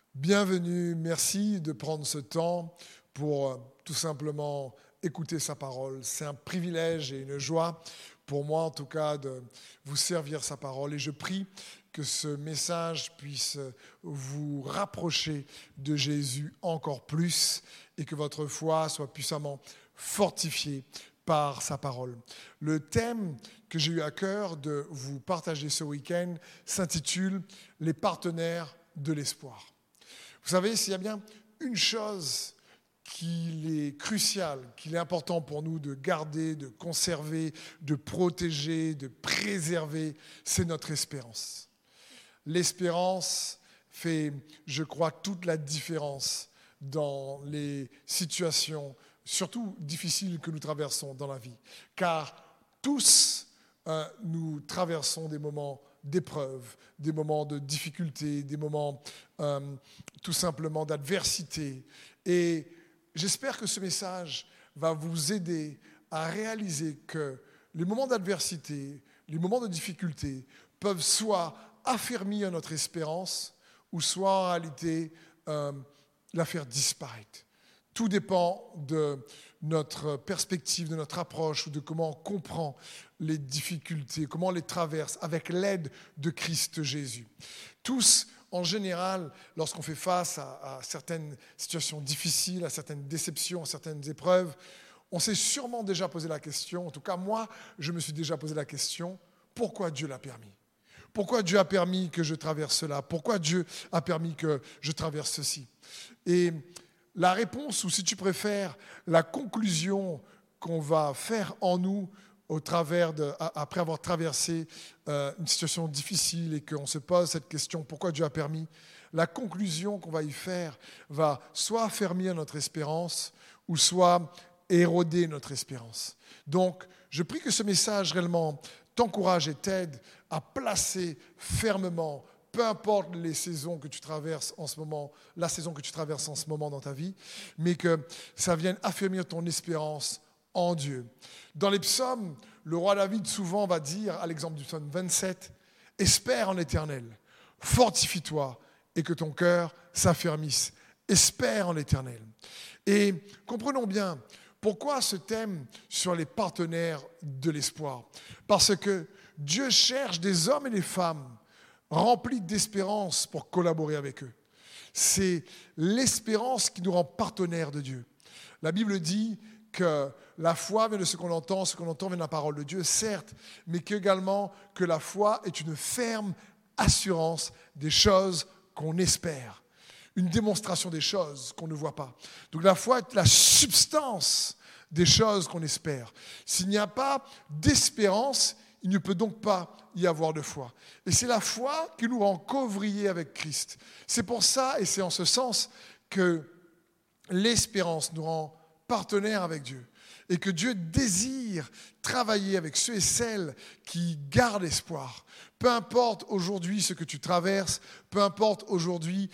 Bienvenue, merci de prendre ce temps pour tout simplement écouter sa parole. C'est un privilège et une joie pour moi en tout cas de vous servir sa parole et je prie que ce message puisse vous rapprocher de Jésus encore plus et que votre foi soit puissamment fortifiée par sa parole. Le thème que j'ai eu à cœur de vous partager ce week-end s'intitule « Les partenaires de l'espoir ». Vous savez, s'il y a bien une chose qu'il est crucial, qu'il est important pour nous de garder, de conserver, de protéger, de préserver, c'est notre espérance. L'espérance fait, je crois, toute la différence dans les situations, surtout difficiles que nous traversons dans la vie. Car tous, nous traversons des moments d'épreuves, des moments de difficultés, des moments tout simplement d'adversité. Et j'espère que ce message va vous aider à réaliser que les moments d'adversité, les moments de difficulté peuvent soit affermir notre espérance ou soit en réalité la faire disparaître. Tout dépend de notre perspective, de notre approche ou de comment on comprend les difficultés, comment on les traverse avec l'aide de Christ Jésus. Tous, en général, lorsqu'on fait face à certaines situations difficiles, à certaines déceptions, à certaines épreuves, on s'est sûrement déjà posé la question, en tout cas moi, je me suis déjà posé la question, pourquoi Dieu l'a permis ? Pourquoi Dieu a permis que je traverse cela ? Pourquoi Dieu a permis que je traverse ceci ? Et la réponse, ou si tu préfères, la conclusion qu'on va faire en nous après avoir traversé une situation difficile et qu'on se pose cette question, pourquoi Dieu a permis ? La conclusion qu'on va y faire va soit affermir notre espérance ou soit éroder notre espérance. Donc, je prie que ce message réellement t'encourage et t'aide à placer fermement, peu importe les saisons que tu traverses en ce moment, la saison que tu traverses en ce moment dans ta vie, mais que ça vienne affermir ton espérance en Dieu. Dans les psaumes, le roi David souvent va dire, à l'exemple du psaume 27, « Espère en l'Éternel, fortifie-toi et que ton cœur s'affermisse. Espère en l'Éternel. » Et comprenons bien, pourquoi ce thème sur les partenaires de l'espoir ? Parce que Dieu cherche des hommes et des femmes remplis d'espérance pour collaborer avec eux. C'est l'espérance qui nous rend partenaires de Dieu. La Bible dit que la foi vient de ce qu'on entend vient de la parole de Dieu, certes, mais qu'également que la foi est une ferme assurance des choses qu'on espère. Une démonstration des choses qu'on ne voit pas. Donc la foi est la substance des choses qu'on espère. S'il n'y a pas d'espérance, il ne peut donc pas y avoir de foi. Et c'est la foi qui nous rend co-ouvriers avec Christ. C'est pour ça, et c'est en ce sens, que l'espérance nous rend partenaires avec Dieu. Et que Dieu désire travailler avec ceux et celles qui gardent espoir. Peu importe aujourd'hui ce que tu traverses, peu importe aujourd'hui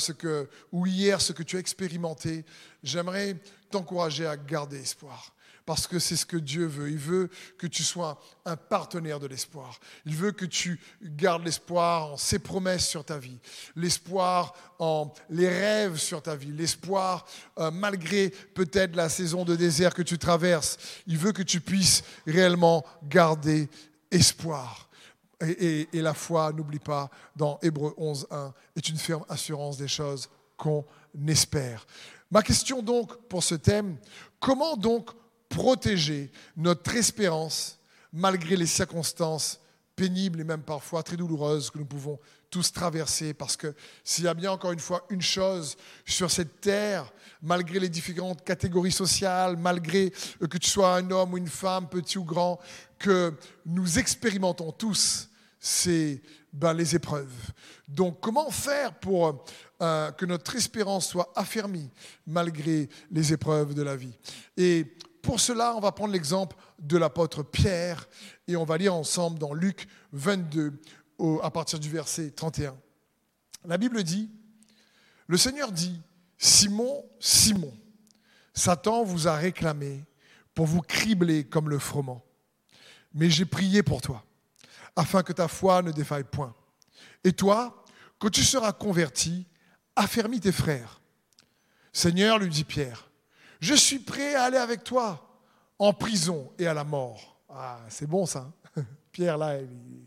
ou hier ce que tu as expérimenté, j'aimerais t'encourager à garder espoir. Parce que c'est ce que Dieu veut. Il veut que tu sois un partenaire de l'espoir. Il veut que tu gardes l'espoir en ses promesses sur ta vie. L'espoir en les rêves sur ta vie. L'espoir malgré peut-être la saison de désert que tu traverses. Il veut que tu puisses réellement garder espoir. Et la foi, n'oublie pas, dans Hébreux 11:1, est une ferme assurance des choses qu'on espère. Ma question donc pour ce thème, comment donc protéger notre espérance malgré les circonstances pénibles et même parfois très douloureuses que nous pouvons tous traverser, parce que s'il y a bien encore une fois une chose sur cette terre, malgré les différentes catégories sociales, malgré que tu sois un homme ou une femme, petit ou grand, que nous expérimentons tous, c'est les épreuves. Donc comment faire pour que notre espérance soit affermie malgré les épreuves de la vie ? Et pour cela, on va prendre l'exemple de l'apôtre Pierre et on va lire ensemble dans Luc 22 à partir du verset 31. La Bible dit, « Le Seigneur dit, Simon, Simon, Satan vous a réclamé pour vous cribler comme le froment. Mais j'ai prié pour toi, afin que ta foi ne défaille point. Et toi, quand tu seras converti, affermis tes frères. Seigneur, lui dit Pierre, je suis prêt à aller avec toi en prison et à la mort. Ah, c'est bon ça. Pierre, là,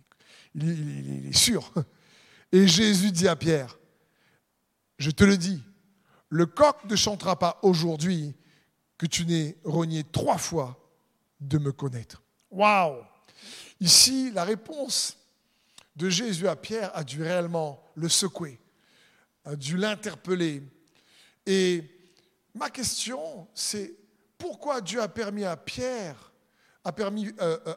il est sûr. Et Jésus dit à Pierre, je te le dis, le coq ne chantera pas aujourd'hui que tu n'aies renié 3 fois de me connaître. Waouh! Ici, la réponse de Jésus à Pierre a dû réellement le secouer, a dû l'interpeller. Et ma question, c'est pourquoi Dieu a permis à Pierre, a permis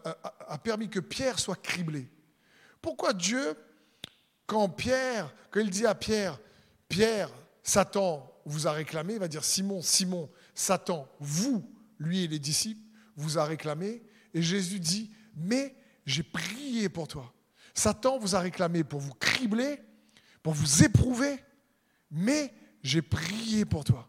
que Pierre soit criblé? Pourquoi Dieu, quand il dit à Pierre, Pierre, Satan vous a réclamé, il va dire Simon, Simon, Satan, vous, lui et les disciples, vous a réclamé. Et Jésus dit, mais j'ai prié pour toi. Satan vous a réclamé pour vous cribler, pour vous éprouver, mais j'ai prié pour toi.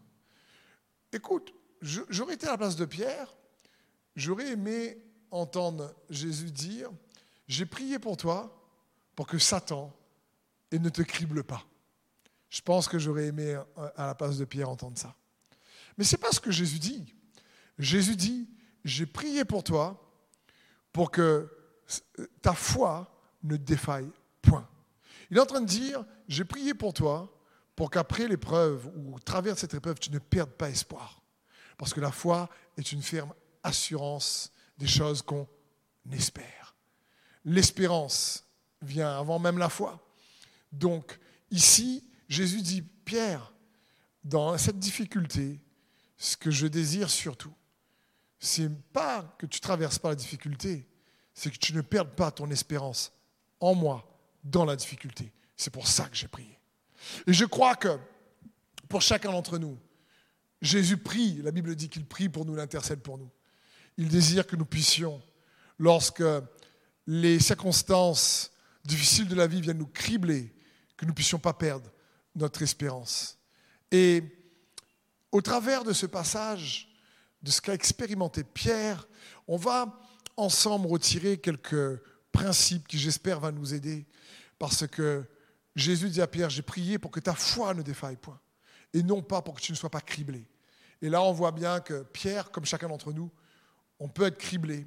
Écoute, j'aurais été à la place de Pierre, j'aurais aimé entendre Jésus dire, j'ai prié pour toi pour que Satan ne te crible pas. Je pense que j'aurais aimé à la place de Pierre entendre ça. Mais ce n'est pas ce que Jésus dit. Jésus dit, j'ai prié pour toi pour que ta foi ne défaille point. Il est en train de dire, j'ai prié pour toi pour qu'après l'épreuve ou au travers de cette épreuve, tu ne perdes pas espoir. Parce que la foi est une ferme assurance des choses qu'on espère. L'espérance vient avant même la foi. Donc ici, Jésus dit, Pierre, dans cette difficulté, ce que je désire surtout, c'est pas que tu ne traverses pas la difficulté, c'est que tu ne perdes pas ton espérance en moi, dans la difficulté. C'est pour ça que j'ai prié. Et je crois que pour chacun d'entre nous, Jésus prie, la Bible dit qu'il prie pour nous, il intercède pour nous. Il désire que nous puissions, lorsque les circonstances difficiles de la vie viennent nous cribler, que nous ne puissions pas perdre notre espérance. Et au travers de ce passage, de ce qu'a expérimenté Pierre, on va ensemble retirer quelques principes qui, j'espère, vont nous aider. Parce que Jésus dit à Pierre, j'ai prié pour que ta foi ne défaille point, et non pas pour que tu ne sois pas criblé. Et là, on voit bien que Pierre, comme chacun d'entre nous, on peut être criblé.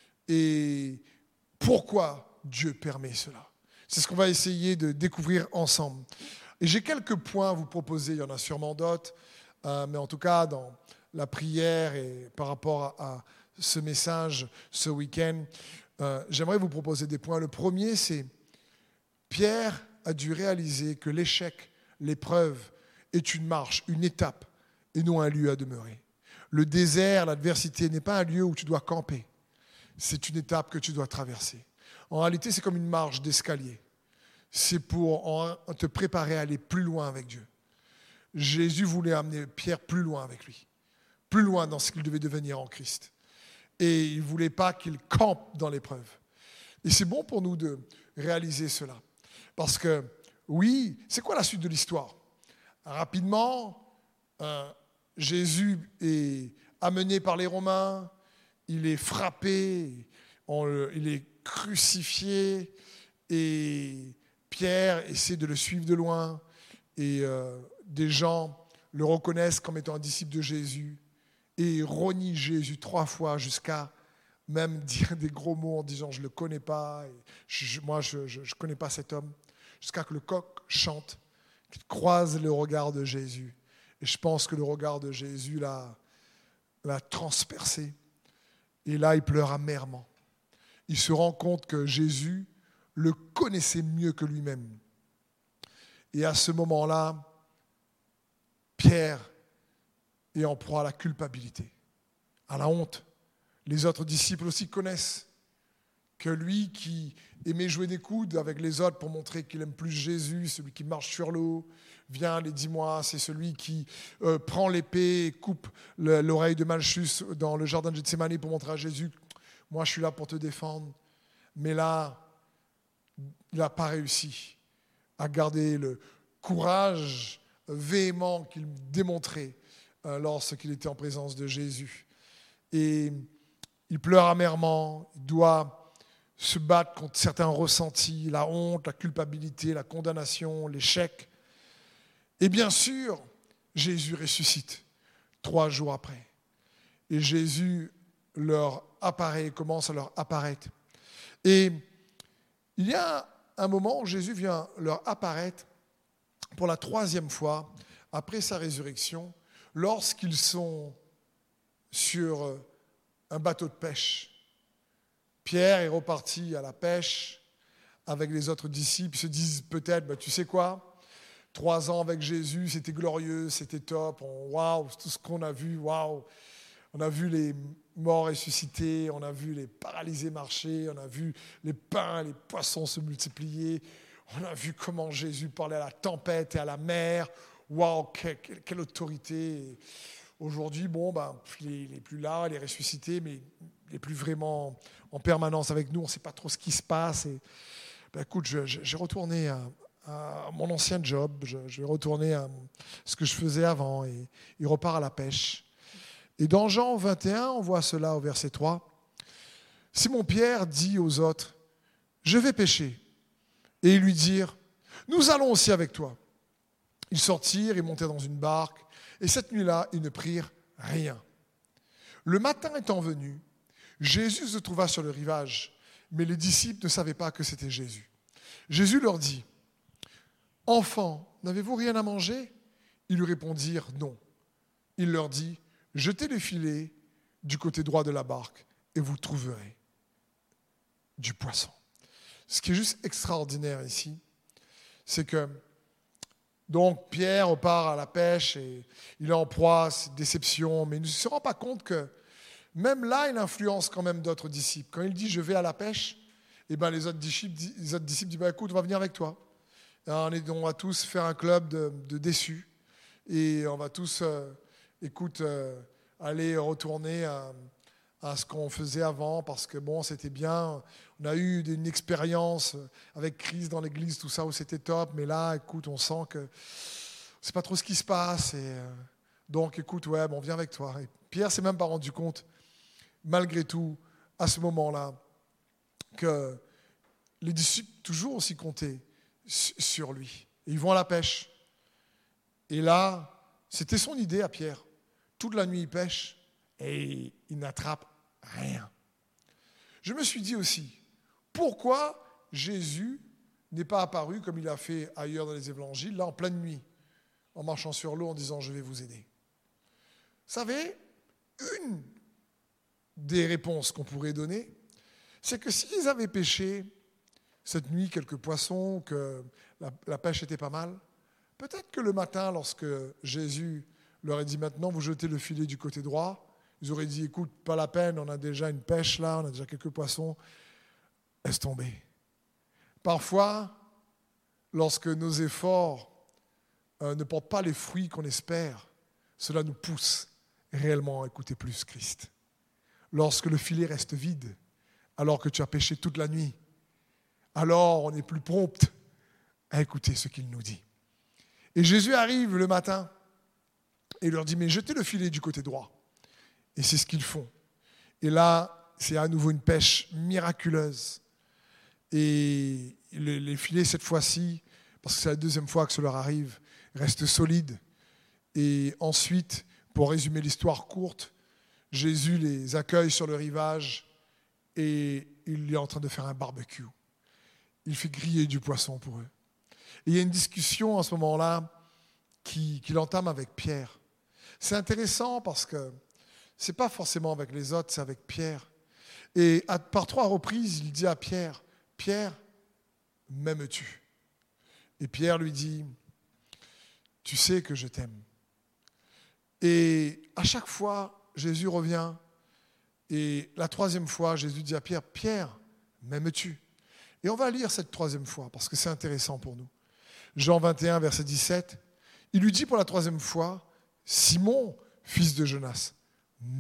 Et pourquoi Dieu permet cela? C'est ce qu'on va essayer de découvrir ensemble. Et j'ai quelques points à vous proposer, il y en a sûrement d'autres, mais en tout cas, dans la prière et par rapport à ce message ce week-end, j'aimerais vous proposer des points. Le premier, c'est Pierre a dû réaliser que l'échec, l'épreuve est une marche, une étape, et non un lieu à demeurer. Le désert, l'adversité n'est pas un lieu où tu dois camper. C'est une étape que tu dois traverser. En réalité, c'est comme une marche d'escalier. C'est pour te préparer à aller plus loin avec Dieu. Jésus voulait amener Pierre plus loin avec lui, plus loin dans ce qu'il devait devenir en Christ. Et il ne voulait pas qu'il campe dans l'épreuve. Et c'est bon pour nous de réaliser cela. Parce que, oui, c'est quoi la suite de l'histoire? Rapidement, Jésus est amené par les Romains, il est frappé, il est crucifié, et Pierre essaie de le suivre de loin, et des gens le reconnaissent comme étant un disciple de Jésus, et renient Jésus 3 fois jusqu'à même dire des gros mots en disant « je ne le connais pas, moi je ne connais pas cet homme », jusqu'à que le coq chante, qu'il croise le regard de Jésus. Et je pense que le regard de Jésus l'a transpercé. Et là, il pleure amèrement. Il se rend compte que Jésus le connaissait mieux que lui-même. Et à ce moment-là, Pierre est en proie à la culpabilité, à la honte. Les autres disciples aussi connaissent que lui qui aimait jouer des coudes avec les autres pour montrer qu'il aime plus Jésus, celui qui marche sur l'eau, viens les 10 mois, c'est celui qui prend l'épée et coupe l'oreille de Malchus dans le jardin de Gethsémani pour montrer à Jésus, moi je suis là pour te défendre. Mais là, il n'a pas réussi à garder le courage véhément qu'il démontrait lorsqu'il était en présence de Jésus. Et il pleure amèrement, il doit se battre contre certains ressentis, la honte, la culpabilité, la condamnation, l'échec. Et bien sûr, Jésus ressuscite 3 jours après. Et Jésus leur apparaît, commence à leur apparaître. Et il y a un moment où Jésus vient leur apparaître pour la 3e fois après sa résurrection, lorsqu'ils sont sur un bateau de pêche. Pierre est reparti à la pêche avec les autres disciples. Ils se disent peut-être, tu sais quoi, 3 ans avec Jésus, c'était glorieux, c'était top. Waouh, tout ce qu'on a vu, waouh. On a vu les morts ressuscités, on a vu les paralysés marcher, on a vu les pains et les poissons se multiplier. On a vu comment Jésus parlait à la tempête et à la mer. Waouh, quelle autorité. Aujourd'hui, il n'est plus là, il est ressuscité, mais il n'est plus vraiment en permanence avec nous. On ne sait pas trop ce qui se passe. Et, écoute, j'ai retourné à mon ancien job. Je vais retourner à ce que je faisais avant. Et il repart à la pêche. Et dans Jean 21, on voit cela au verset 3. Simon-Pierre dit aux autres, « Je vais pêcher. » Et ils lui dirent, « Nous allons aussi avec toi. » Ils sortirent et montèrent dans une barque. Et cette nuit-là, ils ne prirent rien. Le matin étant venu, Jésus se trouva sur le rivage, mais les disciples ne savaient pas que c'était Jésus. Jésus leur dit, « Enfants, n'avez-vous rien à manger ?» Ils lui répondirent, « Non. » Il leur dit, « Jetez le filet du côté droit de la barque et vous trouverez du poisson. » Ce qui est juste extraordinaire ici, c'est que donc Pierre repart à la pêche et il est en proie à cette déception, mais il ne se rend pas compte que même là, il influence quand même d'autres disciples. Quand il dit « je vais à la pêche », les autres disciples disent « écoute, on va venir avec toi. » On va tous faire un club de déçus et on va tous, aller retourner à ce qu'on faisait avant parce que c'était bien. On a eu une expérience avec Christ dans l'église, tout ça, où c'était top, mais là, écoute, on sent que c'est pas trop ce qui se passe. Et donc, écoute, on vient avec toi. Et Pierre s'est même pas rendu compte, malgré tout, à ce moment-là, que les disciples toujours aussi comptaient sur lui. Et ils vont à la pêche. Et là, c'était son idée à Pierre. Toute la nuit, il pêche et il n'attrape rien. Je me suis dit aussi, pourquoi Jésus n'est pas apparu comme il a fait ailleurs dans les évangiles, là en pleine nuit, en marchant sur l'eau, en disant « je vais vous aider ». Vous savez, une des réponses qu'on pourrait donner, c'est que s'ils avaient pêché cette nuit quelques poissons, que la pêche était pas mal, peut-être que le matin, lorsque Jésus leur a dit « maintenant vous jetez le filet du côté droit », ils auraient dit « écoute, pas la peine, on a déjà une pêche là, on a déjà quelques poissons, laisse tomber ». Parfois, lorsque nos efforts ne portent pas les fruits qu'on espère, cela nous pousse réellement à écouter plus Christ. Lorsque le filet reste vide, alors que tu as pêché toute la nuit, alors on est plus prompt à écouter ce qu'il nous dit. Et Jésus arrive le matin et leur dit « mais jetez le filet du côté droit ». Et c'est ce qu'ils font. Et là, c'est à nouveau une pêche miraculeuse. Et les filets, cette fois-ci, parce que c'est la 2e fois que ça leur arrive, restent solides. Et ensuite, pour résumer l'histoire courte, Jésus les accueille sur le rivage et il est en train de faire un barbecue. Il fait griller du poisson pour eux. Et il y a une discussion à ce moment-là qu'il entame avec Pierre. C'est intéressant parce que ce n'est pas forcément avec les autres, c'est avec Pierre. Et par 3 reprises, il dit à Pierre, « Pierre, m'aimes-tu » Et Pierre lui dit, « Tu sais que je t'aime ». Et à chaque fois, Jésus revient. Et la 3e fois, Jésus dit à Pierre, « Pierre, m'aimes-tu » Et on va lire cette 3e fois parce que c'est intéressant pour nous. Jean 21, verset 17, il lui dit pour la 3e fois, « Simon, fils de Jonas, m'aimes-tu »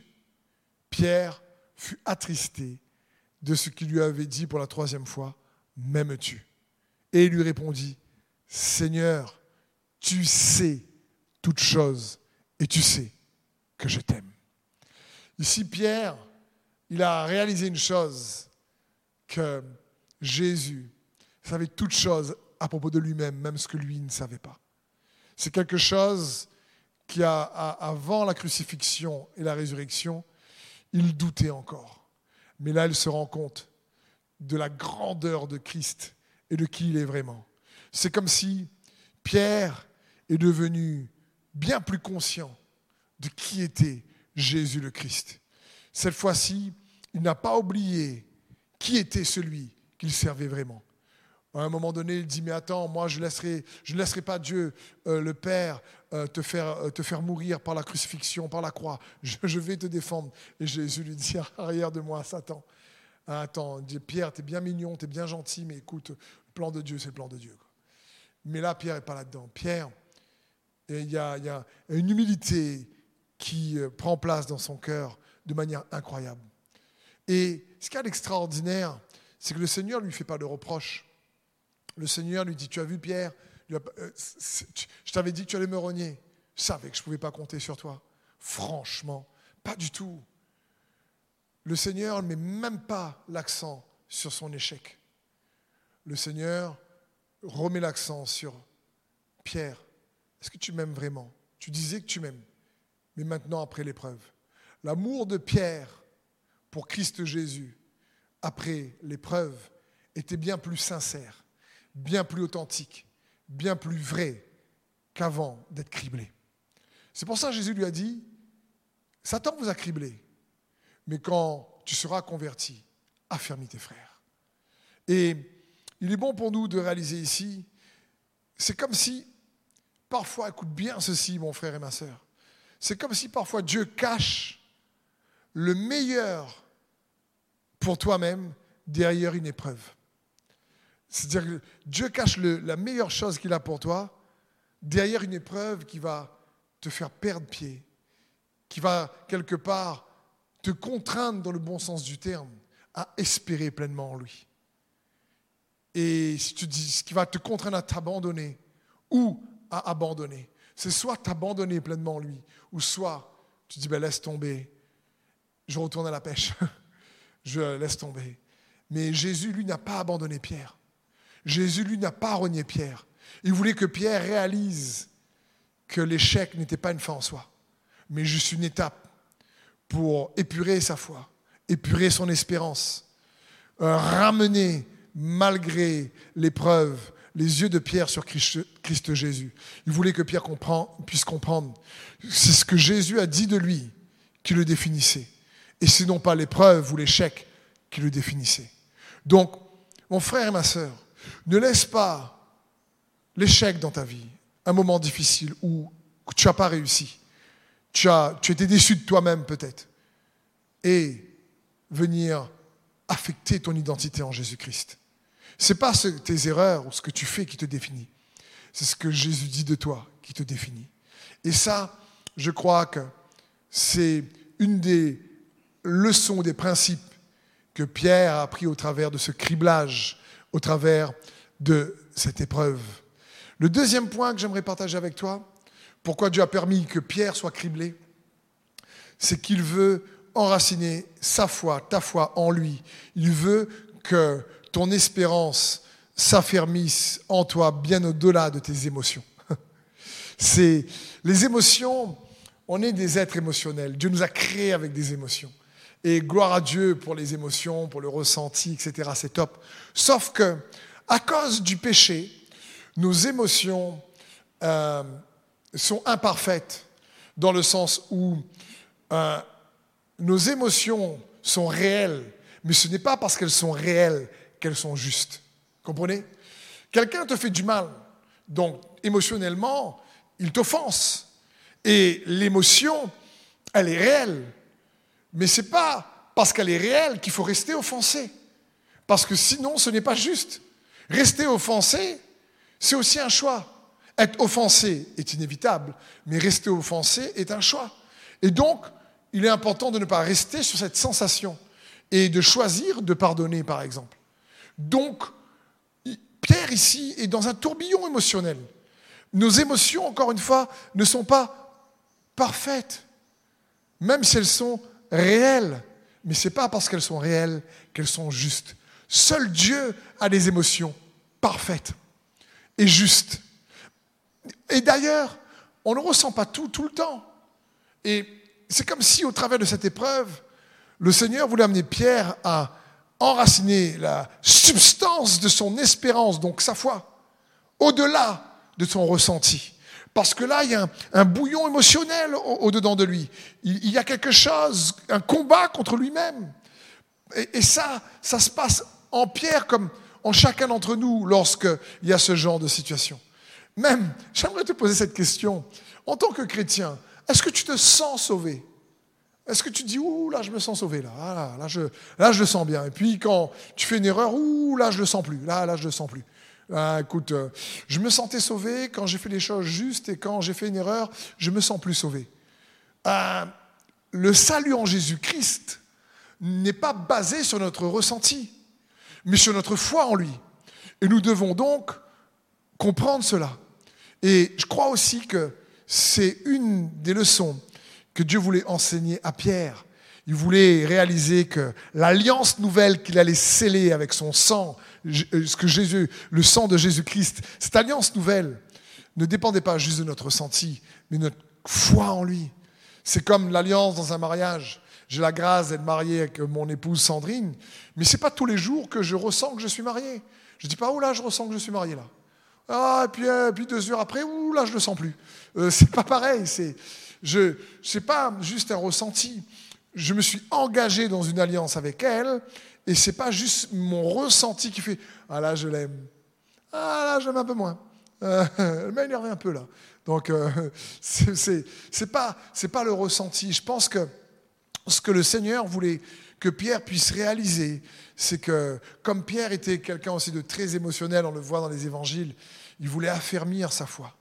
Pierre fut attristé de ce qu'il lui avait dit pour la 3e fois, « M'aimes-tu » Et il lui répondit, « Seigneur, tu sais toutes choses et tu sais que je t'aime. » Ici, Pierre, il a réalisé une chose, que Jésus savait toutes choses à propos de lui-même, même ce que lui ne savait pas. C'est quelque chose qui, avant la crucifixion et la résurrection, il doutait encore. Mais là, il se rend compte de la grandeur de Christ et de qui il est vraiment. C'est comme si Pierre est devenu bien plus conscient de qui était Jésus le Christ. Cette fois-ci, il n'a pas oublié qui était celui qu'il servait vraiment. À un moment donné, il dit, mais attends, moi je ne laisserai pas Dieu, le Père, te faire mourir par la crucifixion, par la croix. Je vais te défendre. Et Jésus lui dit, arrière de moi, Satan. Attends, Pierre, tu es bien mignon, tu es bien gentil, mais écoute, le plan de Dieu, c'est le plan de Dieu. Mais là, Pierre n'est pas là-dedans. Pierre, il y a une humilité qui prend place dans son cœur de manière incroyable. Et ce qu'il y a d'extraordinaire, c'est que le Seigneur ne lui fait pas de reproches. Le Seigneur lui dit, tu as vu Pierre, je t'avais dit que tu allais me renier. Je savais que je ne pouvais pas compter sur toi. Franchement, pas du tout. Le Seigneur ne met même pas l'accent sur son échec. Le Seigneur remet l'accent sur Pierre. Est-ce que tu m'aimes vraiment? Tu disais que tu m'aimes, mais maintenant après l'épreuve. L'amour de Pierre pour Christ Jésus, après l'épreuve, était bien plus sincère, bien plus authentique, bien plus vrai qu'avant d'être criblé. C'est pour ça que Jésus lui a dit, Satan vous a criblé, mais quand tu seras converti, affermis tes frères. Et il est bon pour nous de réaliser ici, c'est comme si, parfois, écoute bien ceci, mon frère et ma sœur, c'est comme si parfois Dieu cache le meilleur pour toi-même derrière une épreuve. C'est-à-dire que Dieu cache la meilleure chose qu'il a pour toi derrière une épreuve qui va te faire perdre pied, qui va quelque part te contraindre dans le bon sens du terme à espérer pleinement en lui. Et si tu dis ce qui va te contraindre à t'abandonner ou à abandonner, c'est soit t'abandonner pleinement en lui, ou soit tu dis laisse tomber, je retourne à la pêche, je laisse tomber. Mais Jésus, lui, n'a pas abandonné Pierre. Jésus, lui, n'a pas renié Pierre. Il voulait que Pierre réalise que l'échec n'était pas une fin en soi, mais juste une étape pour épurer sa foi, épurer son espérance, ramener, malgré l'épreuve, les yeux de Pierre sur Christ Jésus. Il voulait que Pierre puisse comprendre. C'est ce que Jésus a dit de lui qui le définissait. Et ce non pas l'épreuve ou l'échec qui le définissait. Donc, mon frère et ma sœur, ne laisse pas l'échec dans ta vie, un moment difficile où tu n'as pas réussi, tu étais déçu de toi-même peut-être, et venir affecter ton identité en Jésus-Christ. Ce n'est pas tes erreurs ou ce que tu fais qui te définit, c'est ce que Jésus dit de toi qui te définit. Et ça, je crois que c'est une des leçons, des principes que Pierre a appris au travers de ce criblage, au travers de cette épreuve. Le deuxième point que j'aimerais partager avec toi, pourquoi Dieu a permis que Pierre soit criblé, c'est qu'il veut enraciner sa foi, ta foi en lui. Il veut que ton espérance s'affermisse en toi bien au-delà de tes émotions. Les émotions, on est des êtres émotionnels. Dieu nous a créés avec des émotions. Et gloire à Dieu pour les émotions, pour le ressenti, etc. C'est top. Sauf que, à cause du péché, nos émotions sont imparfaites, dans le sens où nos émotions sont réelles, mais ce n'est pas parce qu'elles sont réelles qu'elles sont justes. Comprenez? Quelqu'un te fait du mal, donc émotionnellement, il t'offense. Et l'émotion, elle est réelle. Mais ce n'est pas parce qu'elle est réelle qu'il faut rester offensé. Parce que sinon, ce n'est pas juste. Rester offensé, c'est aussi un choix. Être offensé est inévitable, mais rester offensé est un choix. Et donc, il est important de ne pas rester sur cette sensation et de choisir de pardonner, par exemple. Donc, Pierre, ici, est dans un tourbillon émotionnel. Nos émotions, encore une fois, ne sont pas parfaites, même si elles sont réelles. Mais ce n'est pas parce qu'elles sont réelles qu'elles sont justes. Seul Dieu a des émotions parfaites et justes. Et d'ailleurs, on ne ressent pas tout le temps. Et c'est comme si, au travers de cette épreuve, le Seigneur voulait amener Pierre à enraciner la substance de son espérance, donc sa foi, au-delà de son ressenti. Parce que là, il y a un bouillon émotionnel au-dedans de lui. Il y a quelque chose, un combat contre lui-même. Et ça se passe en Pierre comme en chacun d'entre nous lorsqu'il y a ce genre de situation. Même, j'aimerais te poser cette question. En tant que chrétien, est-ce que tu te sens sauvé? Est-ce que tu te dis, ouh, là, je me sens sauvé, là, je le sens bien. Et puis, quand tu fais une erreur, ouh, là, je le sens plus, là, je le sens plus. Écoute, je me sentais sauvé quand j'ai fait les choses justes et quand j'ai fait une erreur, je me sens plus sauvé. Le salut en Jésus-Christ n'est pas basé sur notre ressenti, mais sur notre foi en lui. Et nous devons donc comprendre cela. Et je crois aussi que c'est une des leçons que Dieu voulait enseigner à Pierre. Il voulait réaliser que l'alliance nouvelle qu'il allait sceller avec son sang, le sang de Jésus-Christ, cette alliance nouvelle ne dépendait pas juste de notre ressenti, mais de notre foi en lui. C'est comme l'alliance dans un mariage. J'ai la grâce d'être marié avec mon épouse Sandrine, mais ce n'est pas tous les jours que je ressens que je suis marié. Je ne dis pas, oh là, je ressens que je suis marié là. Ah, et puis 2 heures après, ouh là, je ne le sens plus. C'est pas pareil, c'est pas juste un ressenti. Je me suis engagé dans une alliance avec elle, et c'est pas juste mon ressenti qui fait, ah là, je l'aime. Ah là, je l'aime un peu moins. Elle m'a énervé un peu là. Donc, c'est pas le ressenti. Je pense que ce que le Seigneur voulait que Pierre puisse réaliser, c'est que, comme Pierre était quelqu'un aussi de très émotionnel, on le voit dans les évangiles, il voulait affermir sa foi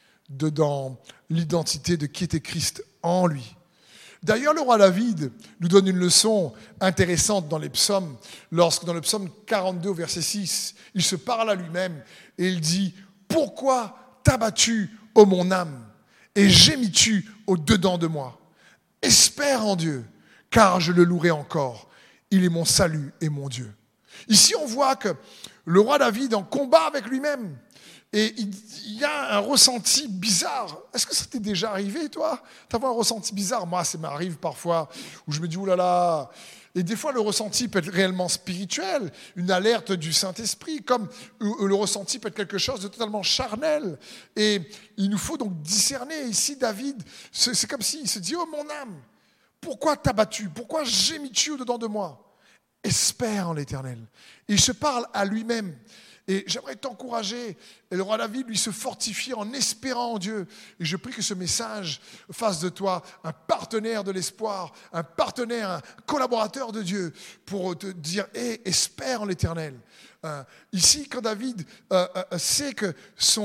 dans l'identité de qui était Christ en lui. D'ailleurs, le roi David nous donne une leçon intéressante dans les psaumes, lorsque dans le psaume 42, au verset 6, il se parle à lui-même et il dit « Pourquoi t'abattu, ô mon âme, et gémis-tu au-dedans de moi? Espère en Dieu, car je le louerai encore. Il est mon salut et mon Dieu. » Ici, on voit que le roi David en combat avec lui-même. Et il y a un ressenti bizarre. Est-ce que ça t'est déjà arrivé, toi, d'avoir un ressenti bizarre? Moi, ça m'arrive parfois où je me dis, oh là là. Et des fois, le ressenti peut être réellement spirituel, une alerte du Saint-Esprit, comme le ressenti peut être quelque chose de totalement charnel. Et il nous faut donc discerner. Ici, David, c'est comme s'il se dit, oh mon âme, pourquoi t'as battu? Pourquoi gémis-tu au-dedans de moi? Espère en l'Éternel. Et il se parle à lui-même. Et j'aimerais t'encourager, et le roi David, lui, se fortifie en espérant en Dieu. Et je prie que ce message fasse de toi un partenaire de l'espoir, un partenaire, un collaborateur de Dieu, pour te dire, espère en l'Éternel. Ici, quand David sait que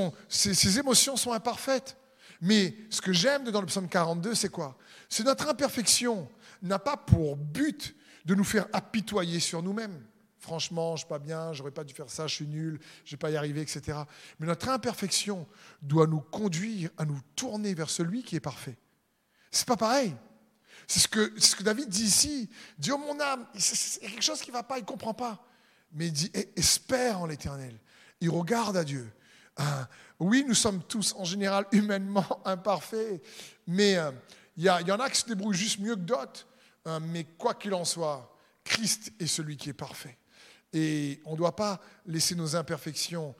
ses émotions sont imparfaites, mais ce que j'aime dans le psaume 42, c'est quoi? C'est notre imperfection n'a pas pour but de nous faire apitoyer sur nous-mêmes. Franchement, je ne suis pas bien, je n'aurais pas dû faire ça, je suis nul, je ne vais pas y arriver, etc. Mais notre imperfection doit nous conduire à nous tourner vers celui qui est parfait. Ce n'est pas pareil. C'est ce que David dit ici. Il dit, oh mon âme, il y a quelque chose qui ne va pas, il ne comprend pas. Mais il dit, espère en l'Éternel. Il regarde à Dieu. Oui, nous sommes tous en général humainement imparfaits, mais il y en a qui se débrouillent juste mieux que d'autres. Mais quoi qu'il en soit, Christ est celui qui est parfait. Et on ne doit pas laisser nos imperfections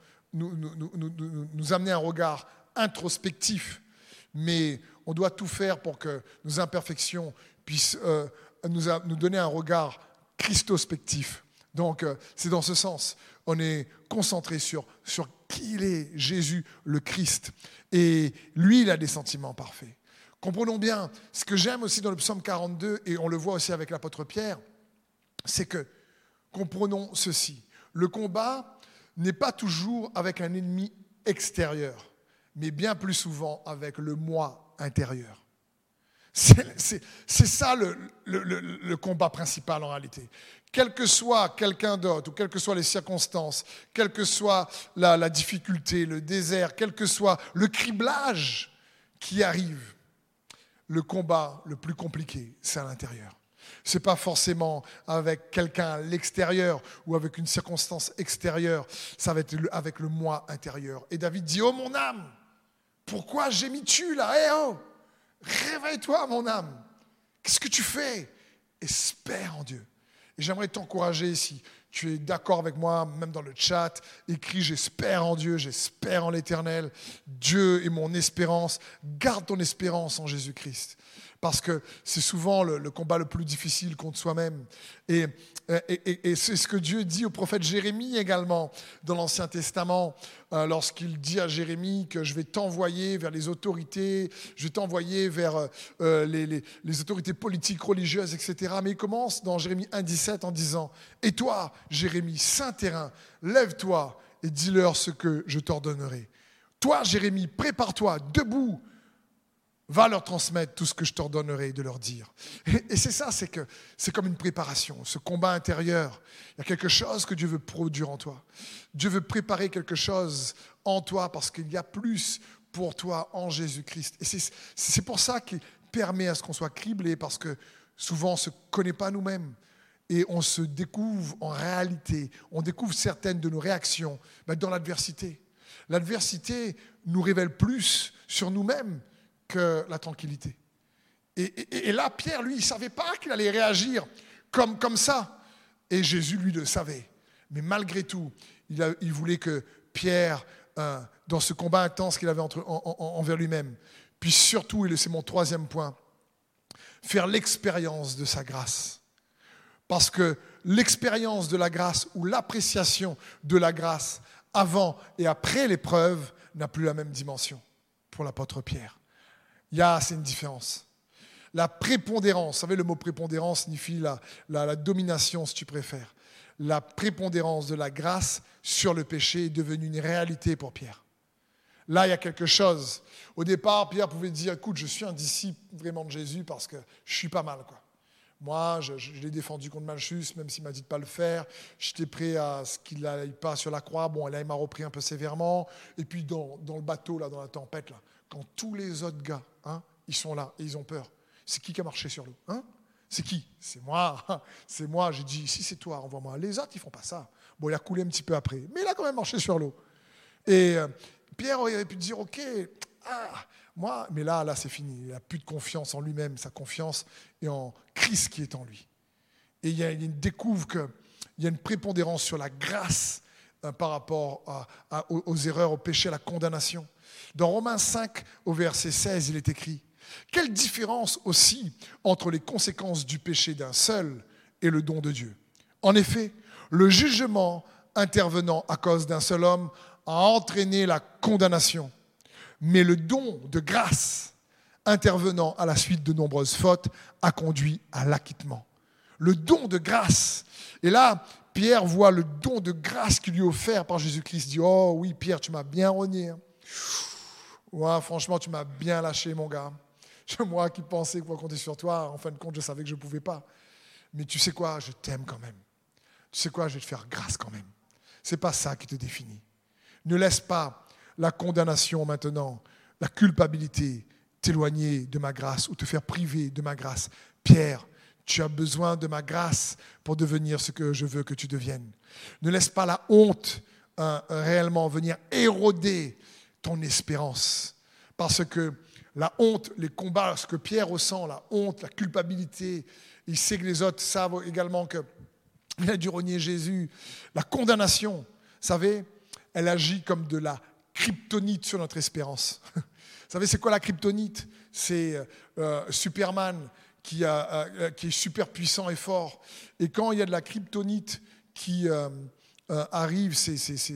nous amener un regard introspectif, mais on doit tout faire pour que nos imperfections puissent nous donner un regard christospectif. Donc, c'est dans ce sens. On est concentré sur qui il est, Jésus le Christ. Et lui, il a des sentiments parfaits. Comprenons bien, ce que j'aime aussi dans le psaume 42, et on le voit aussi avec l'apôtre Pierre, c'est que comprenons ceci. Le combat n'est pas toujours avec un ennemi extérieur, mais bien plus souvent avec le moi intérieur. C'est ça le combat principal en réalité. Quel que soit quelqu'un d'autre, ou quelles que soient les circonstances, quelle que soit la difficulté, le désert, quel que soit le criblage qui arrive, le combat le plus compliqué, c'est à l'intérieur. Ce n'est pas forcément avec quelqu'un à l'extérieur ou avec une circonstance extérieure, ça va être avec le moi intérieur. Et David dit, oh mon âme, Pourquoi gémis-tu là? Eh oh! Réveille-toi, mon âme. Qu'est-ce que tu fais? Espère en Dieu. Et j'aimerais t'encourager, si tu es d'accord avec moi, même dans le chat, écris « J'espère en Dieu, j'espère en l'Éternel. Dieu est mon espérance. » Garde ton espérance en Jésus-Christ. Parce que c'est souvent le combat le plus difficile contre soi-même. Et c'est ce que Dieu dit au prophète Jérémie également dans l'Ancien Testament, lorsqu'il dit à Jérémie que je vais t'envoyer vers les autorités, je vais t'envoyer vers les autorités politiques, religieuses, etc. Mais il commence dans Jérémie 1,17 en disant « Et toi, Jérémie, saint terrain, lève-toi et dis-leur ce que je t'ordonnerai. Toi, Jérémie, prépare-toi, debout, va leur transmettre tout ce que je t'ordonnerai de leur dire. » Et c'est ça, c'est comme une préparation, ce combat intérieur. Il y a quelque chose que Dieu veut produire en toi. Dieu veut préparer quelque chose en toi parce qu'il y a plus pour toi en Jésus-Christ. Et c'est pour ça qu'il permet à ce qu'on soit criblé, parce que souvent on ne se connaît pas nous-mêmes et on se découvre en réalité, on découvre certaines de nos réactions dans l'adversité. L'adversité nous révèle plus sur nous-mêmes que la tranquillité. Et là, Pierre, lui, il ne savait pas qu'il allait réagir comme ça. Et Jésus, lui, le savait. Mais malgré tout, il voulait que Pierre, dans ce combat intense qu'il avait envers lui-même, puisse surtout, et c'est mon troisième point, faire l'expérience de sa grâce. Parce que l'expérience de la grâce ou l'appréciation de la grâce avant et après l'épreuve n'a plus la même dimension pour l'apôtre Pierre. C'est une différence. La prépondérance, vous savez, le mot prépondérance signifie la domination, si tu préfères. La prépondérance de la grâce sur le péché est devenue une réalité pour Pierre. Là, il y a quelque chose. Au départ, Pierre pouvait dire, écoute, je suis un disciple vraiment de Jésus parce que je suis pas mal, quoi. Moi, je l'ai défendu contre Malchus, même s'il m'a dit de ne pas le faire. J'étais prêt à ce qu'il n'aille pas sur la croix. Bon, là, il m'a repris un peu sévèrement. Et puis, dans le bateau, là, dans la tempête, là, quand tous les autres gars, ils sont là et ils ont peur, c'est qui a marché sur l'eau? C'est qui? C'est moi. C'est moi. J'ai dit, si c'est toi, envoie-moi. Les autres, ils ne font pas ça. Bon, il a coulé un petit peu après, mais il a quand même marché sur l'eau. Et Pierre aurait pu dire, ok, moi, mais là, c'est fini. Il n'a plus de confiance en lui-même. Sa confiance est en Christ qui est en lui. Et il découvre qu'il y a une prépondérance sur la grâce par rapport aux erreurs, au péché, à la condamnation. Dans Romains 5, au verset 16, il est écrit « Quelle différence aussi entre les conséquences du péché d'un seul et le don de Dieu. En effet, le jugement intervenant à cause d'un seul homme a entraîné la condamnation. Mais le don de grâce intervenant à la suite de nombreuses fautes a conduit à l'acquittement. » Le don de grâce. Et là, Pierre voit le don de grâce qui lui est offert par Jésus-Christ. Il dit, oh oui, Pierre, tu m'as bien rogné. Ouais, franchement, tu m'as bien lâché, mon gars. Moi qui pensais pouvoir compter sur toi, en fin de compte, je savais que je ne pouvais pas. Mais tu sais quoi, je t'aime quand même. Tu sais quoi, je vais te faire grâce quand même. Ce n'est pas ça qui te définit. Ne laisse pas la condamnation maintenant, la culpabilité t'éloigner de ma grâce ou te faire priver de ma grâce. Pierre, tu as besoin de ma grâce pour devenir ce que je veux que tu deviennes. Ne laisse pas la honte réellement venir éroder ton espérance. Parce que la honte, les combats, ce que Pierre ressent, la honte, la culpabilité, il sait que les autres savent également qu'il a dû renier Jésus. La condamnation, vous savez, elle agit comme de la kryptonite sur notre espérance. Vous savez, c'est quoi la kryptonite? C'est Superman qui est super puissant et fort. Et quand il y a de la kryptonite qui arrive, c'est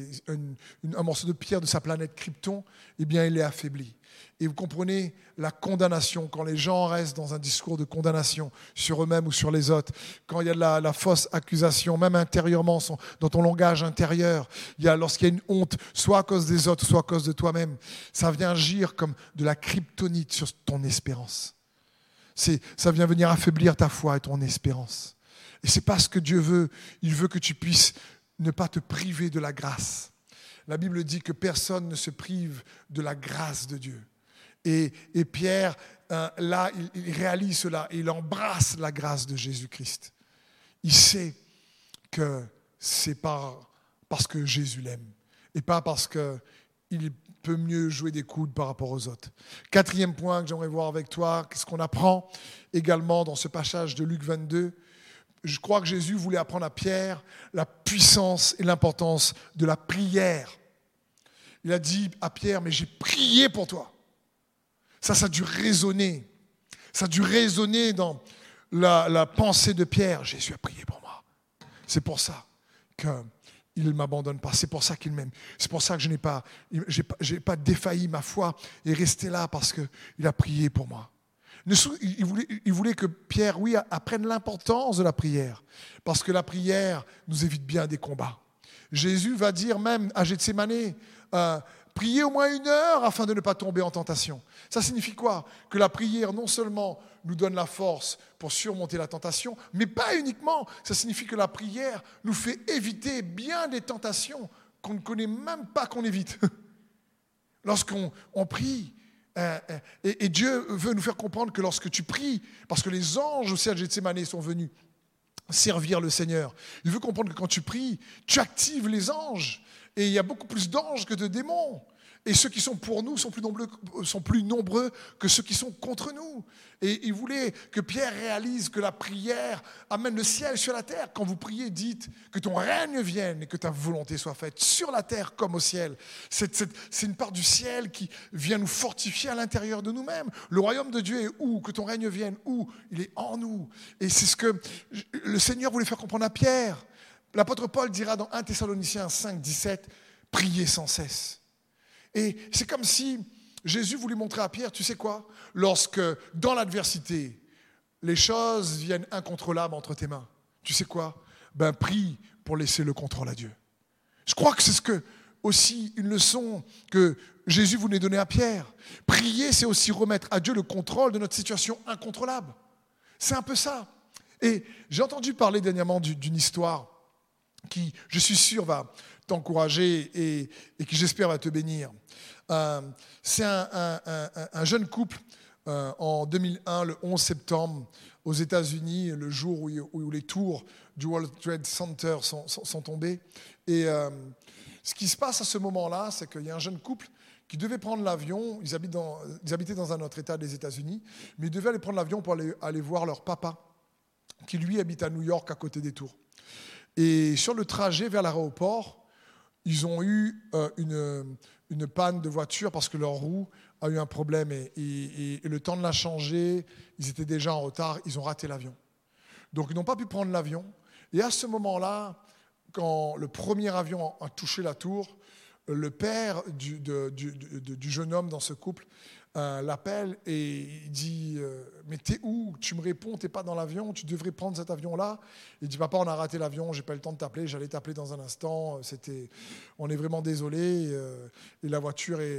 un morceau de pierre de sa planète Krypton, eh bien, il est affaibli. Et vous comprenez la condamnation, quand les gens restent dans un discours de condamnation sur eux-mêmes ou sur les autres, quand il y a de la fausse accusation, même intérieurement, dans ton langage intérieur, lorsqu'il y a une honte, soit à cause des autres, soit à cause de toi-même, ça vient agir comme de la kryptonite sur ton espérance. Ça vient venir affaiblir ta foi et ton espérance. Et c'est pas ce que Dieu veut. Il veut que tu puisses ne pas te priver de la grâce. La Bible dit que personne ne se prive de la grâce de Dieu. Et Pierre, là, il réalise cela et il embrasse la grâce de Jésus-Christ. Il sait que c'est parce que Jésus l'aime et pas parce qu'il peut mieux jouer des coudes par rapport aux autres. Quatrième point que j'aimerais voir avec toi, qu'est-ce qu'on apprend également dans ce passage de Luc 22. Je crois que Jésus voulait apprendre à Pierre la puissance et l'importance de la prière. Il a dit à Pierre, mais j'ai prié pour toi. Ça a dû résonner. Ça a dû résonner dans la pensée de Pierre. Jésus a prié pour moi. C'est pour ça qu'il ne m'abandonne pas. C'est pour ça qu'il m'aime. C'est pour ça que je n'ai pas défailli ma foi et resté là parce qu'il a prié pour moi. Il voulait que Pierre, oui, apprenne l'importance de la prière. Parce que la prière nous évite bien des combats. Jésus va dire même à Gethsémanée, priez au moins 1 heure afin de ne pas tomber en tentation. Ça signifie quoi? Que la prière non seulement nous donne la force pour surmonter la tentation, mais pas uniquement. Ça signifie que la prière nous fait éviter bien des tentations qu'on ne connaît même pas qu'on évite. Lorsqu'on prie, et Dieu veut nous faire comprendre que lorsque tu pries, parce que les anges aussi à Gethsémanée sont venus servir le Seigneur, il veut comprendre que quand tu pries, tu actives les anges. Et il y a beaucoup plus d'anges que de démons. Et ceux qui sont pour nous sont plus nombreux que ceux qui sont contre nous. Et il voulait que Pierre réalise que la prière amène le ciel sur la terre. Quand vous priez, dites que ton règne vienne et que ta volonté soit faite sur la terre comme au ciel. C'est une part du ciel qui vient nous fortifier à l'intérieur de nous-mêmes. Le royaume de Dieu est où? Que ton règne vienne où? Il est en nous. Et c'est ce que le Seigneur voulait faire comprendre à Pierre. L'apôtre Paul dira dans 1 Thessaloniciens 5, 17, « Priez sans cesse ». Et c'est comme si Jésus voulait montrer à Pierre, tu sais quoi? Lorsque, dans l'adversité, les choses viennent incontrôlables entre tes mains, tu sais quoi? Prie pour laisser le contrôle à Dieu. Je crois que c'est aussi une leçon que Jésus voulait donner à Pierre. Prier, c'est aussi remettre à Dieu le contrôle de notre situation incontrôlable. C'est un peu ça. Et j'ai entendu parler dernièrement d'une histoire qui, je suis sûr, va t'encourager et qui, j'espère, va te bénir. C'est un jeune couple en 2001, le 11 septembre, aux États-Unis, le jour où les tours du World Trade Center sont tombées. Et ce qui se passe à ce moment-là, c'est qu'il y a un jeune couple qui devait prendre l'avion. Ils habitaient dans un autre État des États-Unis, mais ils devaient aller prendre l'avion pour aller voir leur papa, qui lui habite à New York, à côté des tours. Et sur le trajet vers l'aéroport, ils ont eu une panne de voiture parce que leur roue a eu un problème et le temps de la changer, ils étaient déjà en retard, ils ont raté l'avion. Donc ils n'ont pas pu prendre l'avion. Et à ce moment-là, quand le premier avion a touché la tour, le père du jeune homme dans ce couple l'appelle et il dit mais t'es où? Tu me réponds, t'es pas dans l'avion, tu devrais prendre cet avion-là. Il dit papa, on a raté l'avion, j'ai pas eu le temps de t'appeler, j'allais t'appeler dans un instant, on est vraiment désolé, et la voiture a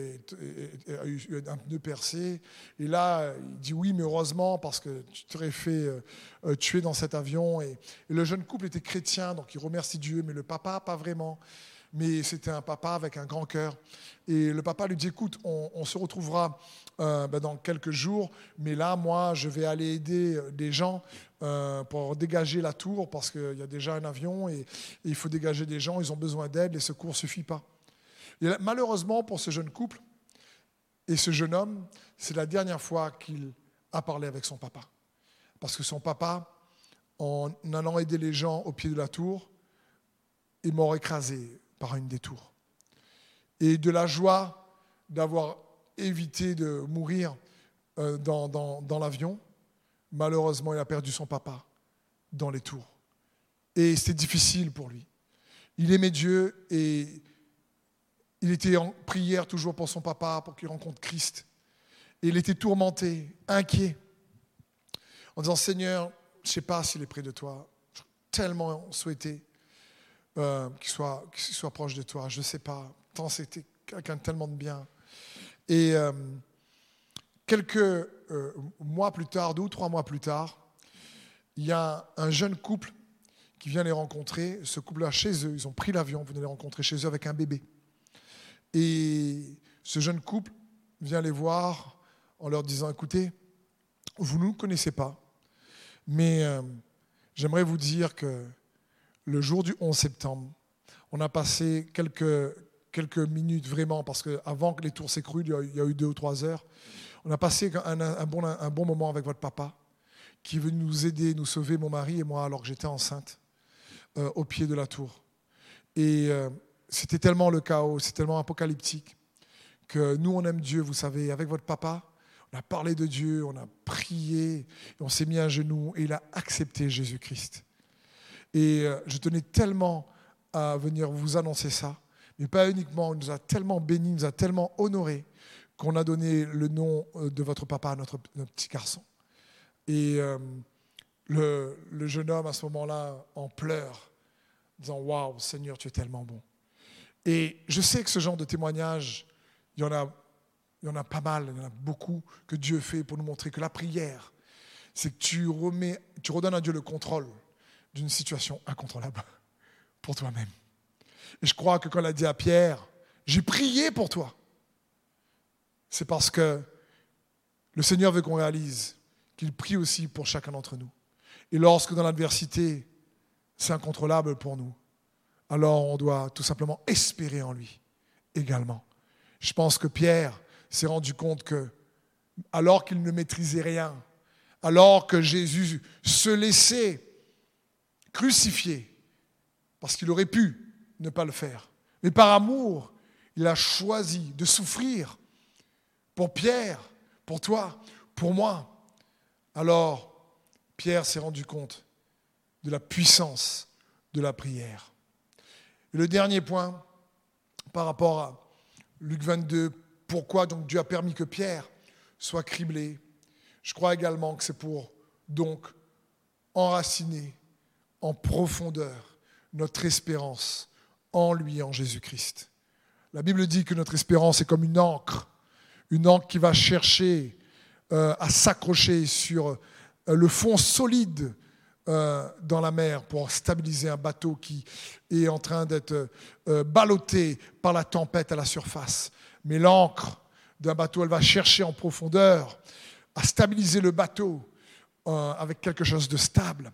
eu un pneu percé. Et là il dit oui, mais heureusement parce que tu t'aurais fait tuer dans cet avion. Et le jeune couple était chrétien, donc il remercie Dieu, mais le papa pas vraiment. Mais c'était un papa avec un grand cœur. Et le papa lui dit, écoute, on se retrouvera dans quelques jours, mais là, moi, je vais aller aider des gens pour dégager la tour, parce qu'il y a déjà un avion, et il faut dégager des gens, ils ont besoin d'aide, les secours ne suffisent pas. Et malheureusement, pour ce jeune couple et ce jeune homme, c'est la dernière fois qu'il a parlé avec son papa. Parce que son papa, en allant aider les gens au pied de la tour, est mort écrasé par une des tours. Et de la joie d'avoir évité de mourir dans l'avion, malheureusement, il a perdu son papa dans les tours. Et c'était difficile pour lui. Il aimait Dieu et il était en prière toujours pour son papa, pour qu'il rencontre Christ. Et il était tourmenté, inquiet, en disant, Seigneur, je ne sais pas s'il est près de toi. J'ai tellement souhaité qu'il soit proche de toi, je ne sais pas, tant c'était quelqu'un de tellement de bien. Et quelques mois plus tard, 2 ou 3 mois plus tard, il y a un jeune couple qui vient les rencontrer, ce couple-là chez eux, ils ont pris l'avion, venaient les rencontrer chez eux avec un bébé. Et ce jeune couple vient les voir en leur disant, écoutez, vous ne nous connaissez pas, mais j'aimerais vous dire que le jour du 11 septembre, on a passé quelques quelques minutes vraiment, parce qu'avant que les tours s'écroulent, il y a eu 2 ou 3 heures. On a passé un bon moment avec votre papa, qui est venu nous aider, nous sauver, mon mari et moi, alors que j'étais enceinte, au pied de la tour. Et c'était tellement le chaos, c'est tellement apocalyptique, que nous, on aime Dieu, vous savez. Avec votre papa, on a parlé de Dieu, on a prié, et on s'est mis à genoux, et il a accepté Jésus-Christ. Et je tenais tellement à venir vous annoncer ça, mais pas uniquement, il nous a tellement bénis, il nous a tellement honorés, qu'on a donné le nom de votre papa à notre petit garçon. Et le jeune homme, à ce moment-là, en pleurs, disant « Waouh, Seigneur, tu es tellement bon ». Et je sais que ce genre de témoignage, il y en a pas mal, il y en a beaucoup que Dieu fait pour nous montrer que la prière, c'est que tu redonnes à Dieu le contrôle d'une situation incontrôlable pour toi-même. Et je crois que quand il a dit à Pierre, j'ai prié pour toi, c'est parce que le Seigneur veut qu'on réalise qu'il prie aussi pour chacun d'entre nous. Et lorsque dans l'adversité, c'est incontrôlable pour nous, alors on doit tout simplement espérer en lui également. Je pense que Pierre s'est rendu compte que, alors qu'il ne maîtrisait rien, alors que Jésus se laissait crucifier, parce qu'il aurait pu ne pas le faire, mais par amour, il a choisi de souffrir pour Pierre, pour toi, pour moi. Alors, Pierre s'est rendu compte de la puissance de la prière. Et le dernier point, par rapport à Luc 22, pourquoi donc Dieu a permis que Pierre soit criblé? Je crois également que c'est pour donc enraciner en profondeur notre espérance en lui, en Jésus-Christ. La Bible dit que notre espérance est comme une ancre qui va chercher à s'accrocher sur le fond solide dans la mer pour stabiliser un bateau qui est en train d'être ballotté par la tempête à la surface. Mais l'ancre d'un bateau, elle va chercher en profondeur à stabiliser le bateau avec quelque chose de stable.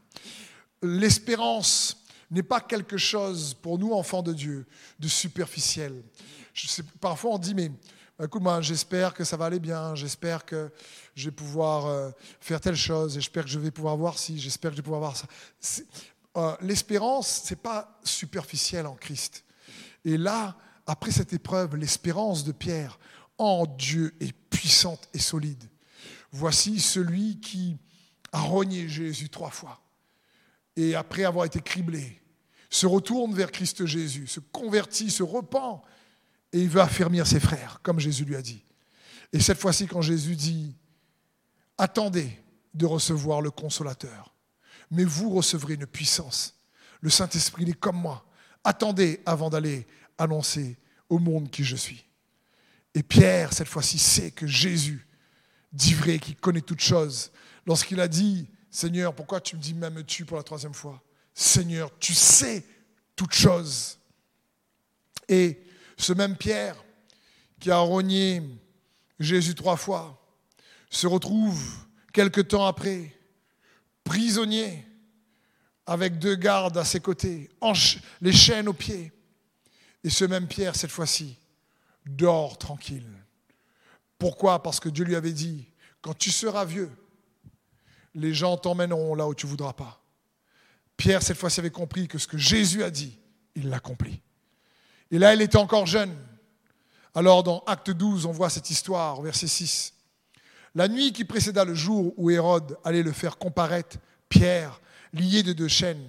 L'espérance n'est pas quelque chose, pour nous, enfants de Dieu, de superficiel. Parfois, on dit, mais écoute, moi, j'espère que ça va aller bien, j'espère que je vais pouvoir faire telle chose, j'espère que je vais pouvoir voir ci, j'espère que je vais pouvoir voir ça. L'espérance, ce n'est pas superficiel en Christ. Et là, après cette épreuve, l'espérance de Pierre en Dieu est puissante et solide. Voici celui qui a renié Jésus 3 fois. Et après avoir été criblé, se retourne vers Christ Jésus, se convertit, se repent, et il veut affermir ses frères, comme Jésus lui a dit. Et cette fois-ci, quand Jésus dit « Attendez de recevoir le Consolateur, mais vous recevrez une puissance. Le Saint-Esprit, il est comme moi. Attendez avant d'aller annoncer au monde qui je suis. » Et Pierre, cette fois-ci, sait que Jésus dit vrai, qui connaît toutes choses. Lorsqu'il a dit « Seigneur, pourquoi tu me dis m'aimes-tu pour la 3e fois ? Seigneur, tu sais toutes choses. » Et ce même Pierre qui a renié Jésus 3 fois se retrouve quelque temps après prisonnier avec 2 gardes à ses côtés, les chaînes aux pieds. Et ce même Pierre, cette fois-ci, dort tranquille. Pourquoi ? Parce que Dieu lui avait dit, quand tu seras vieux, les gens t'emmèneront là où tu ne voudras pas. Pierre, cette fois-ci, avait compris que ce que Jésus a dit, il l'accomplit. Et là, il était encore jeune. Alors, dans Acte 12, on voit cette histoire, au verset 6. La nuit qui précéda le jour où Hérode allait le faire comparaître, Pierre, lié de 2 chaînes,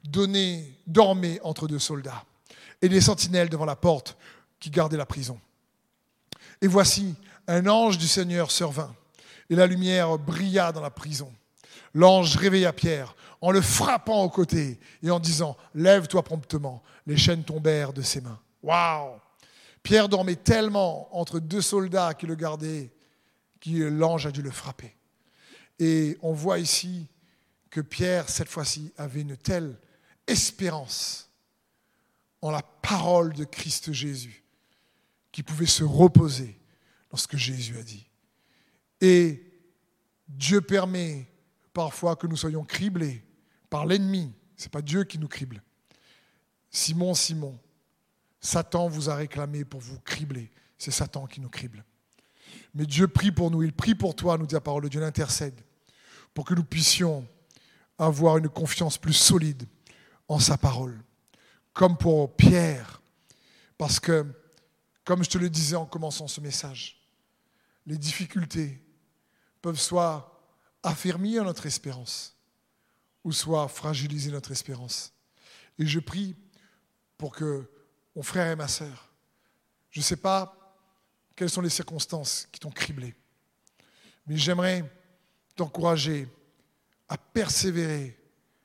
dormait entre 2 soldats, et les sentinelles devant la porte qui gardaient la prison. Et voici, un ange du Seigneur survint, et la lumière brilla dans la prison. L'ange réveilla Pierre en le frappant au côté et en disant « Lève-toi promptement ». Les chaînes tombèrent de ses mains. Waouh ! Pierre dormait tellement entre 2 soldats qui le gardaient que l'ange a dû le frapper. Et on voit ici que Pierre, cette fois-ci, avait une telle espérance en la parole de Christ Jésus qu'il pouvait se reposer dans ce que Jésus a dit. Et Dieu permet parfois que nous soyons criblés par l'ennemi. Ce n'est pas Dieu qui nous crible. Simon, Satan vous a réclamé pour vous cribler. C'est Satan qui nous crible. Mais Dieu prie pour nous, il prie pour toi, nous dit la parole de Dieu, il intercède, pour que nous puissions avoir une confiance plus solide en sa parole. Comme pour Pierre, parce que, comme je te le disais en commençant ce message, les difficultés peuvent soit affermir notre espérance, ou soit fragiliser notre espérance. Et je prie pour que, mon frère et ma sœur, je ne sais pas quelles sont les circonstances qui t'ont criblé, mais j'aimerais t'encourager à persévérer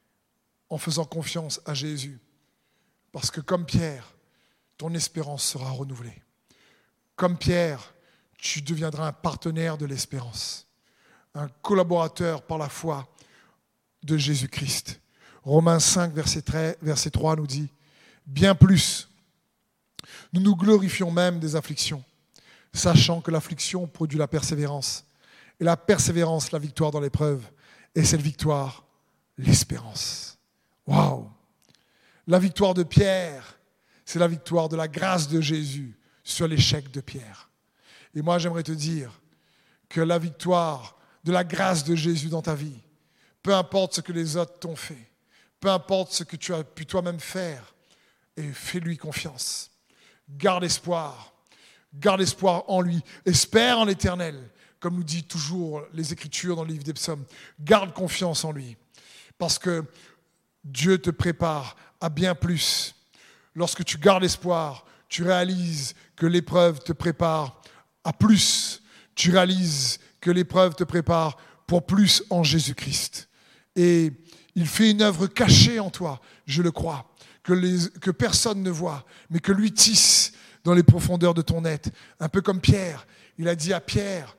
en faisant confiance à Jésus. Parce que comme Pierre, ton espérance sera renouvelée. Comme Pierre, tu deviendras un partenaire de l'espérance, un collaborateur par la foi de Jésus-Christ. Romains 5, verset 3 nous dit « Bien plus, nous nous glorifions même des afflictions, sachant que l'affliction produit la persévérance, et la persévérance, la victoire dans l'épreuve, et cette victoire, l'espérance. » Waouh! La victoire de Pierre, c'est la victoire de la grâce de Jésus sur l'échec de Pierre. Et moi, j'aimerais te dire que la victoire de la grâce de Jésus dans ta vie, peu importe ce que les autres t'ont fait, peu importe ce que tu as pu toi-même faire, et fais-lui confiance. Garde espoir en lui, espère en l'Éternel, comme nous dit toujours les Écritures dans le livre des Psaumes. Garde confiance en lui, parce que Dieu te prépare à bien plus. Lorsque tu gardes espoir, tu réalises que l'épreuve te prépare à plus. Tu réalises que l'épreuve te prépare pour plus en Jésus-Christ. Et il fait une œuvre cachée en toi, je le crois, que personne ne voit, mais que lui tisse dans les profondeurs de ton être. Un peu comme Pierre, il a dit à Pierre,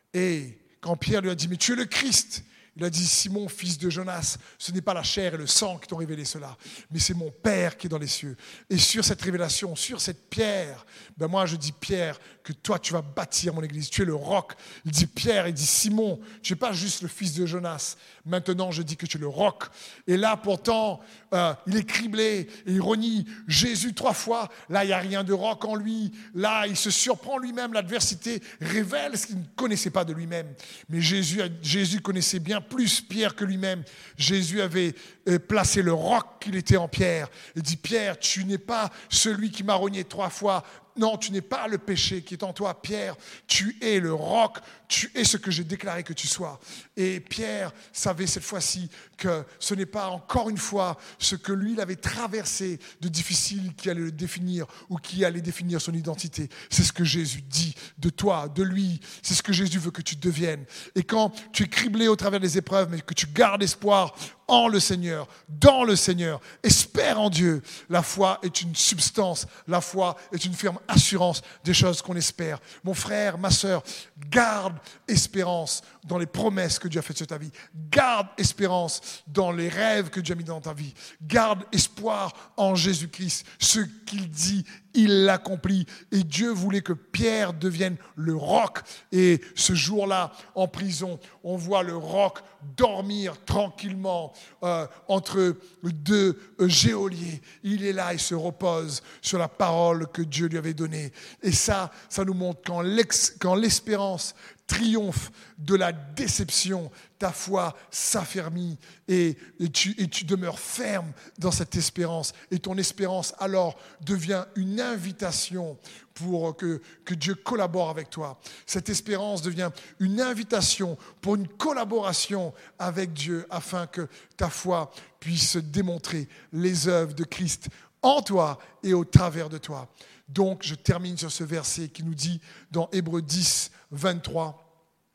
et quand Pierre lui a dit « Mais tu es le Christ », il a dit « Simon, fils de Jonas, ce n'est pas la chair et le sang qui t'ont révélé cela, mais c'est mon Père qui est dans les cieux. » Et sur cette révélation, sur cette pierre, moi je dis Pierre, que toi tu vas bâtir mon église, tu es le roc. Il dit Pierre, il dit Simon, tu n'es pas juste le fils de Jonas, maintenant je dis que tu es le roc. Et là pourtant, il est criblé et il renie Jésus 3 fois. Là il n'y a rien de roc en lui, là il se surprend lui-même, l'adversité révèle ce qu'il ne connaissait pas de lui-même. Mais Jésus connaissait bien plus Pierre que lui-même. Jésus avait placé le roc qu'il était en Pierre. Il dit Pierre, tu n'es pas celui qui m'a renié 3 fois. Non, tu n'es pas le péché qui est en toi, Pierre. Tu es le roc, tu es ce que j'ai déclaré que tu sois. Et Pierre savait cette fois-ci que ce n'est pas encore une fois ce que lui il avait traversé de difficile qui allait le définir ou qui allait définir son identité. C'est ce que Jésus dit de toi, de lui. C'est ce que Jésus veut que tu deviennes. Et quand tu es criblé au travers des épreuves, mais que tu gardes espoir en le Seigneur, dans le Seigneur, espère en Dieu. La foi est une substance, la foi est une ferme assurance des choses qu'on espère. Mon frère, ma sœur, garde espérance dans les promesses que Dieu a faites sur ta vie. Garde espérance dans les rêves que Dieu a mis dans ta vie. Garde espoir en Jésus-Christ. Ce qu'il dit, il l'accomplit. Et Dieu voulait que Pierre devienne le roc. Et ce jour-là, en prison, on voit le roc dormir tranquillement entre 2 geôliers. Il est là, il se repose sur la parole que Dieu lui avait donnée. Et ça nous montre quand l'espérance triomphe de la déception, ta foi s'affermit et tu demeures ferme dans cette espérance. Et ton espérance alors devient une invitation pour que Dieu collabore avec toi. Cette espérance devient une invitation pour une collaboration avec Dieu afin que ta foi puisse démontrer les œuvres de Christ en toi et au travers de toi. Donc, je termine sur ce verset qui nous dit dans Hébreux 10, 23,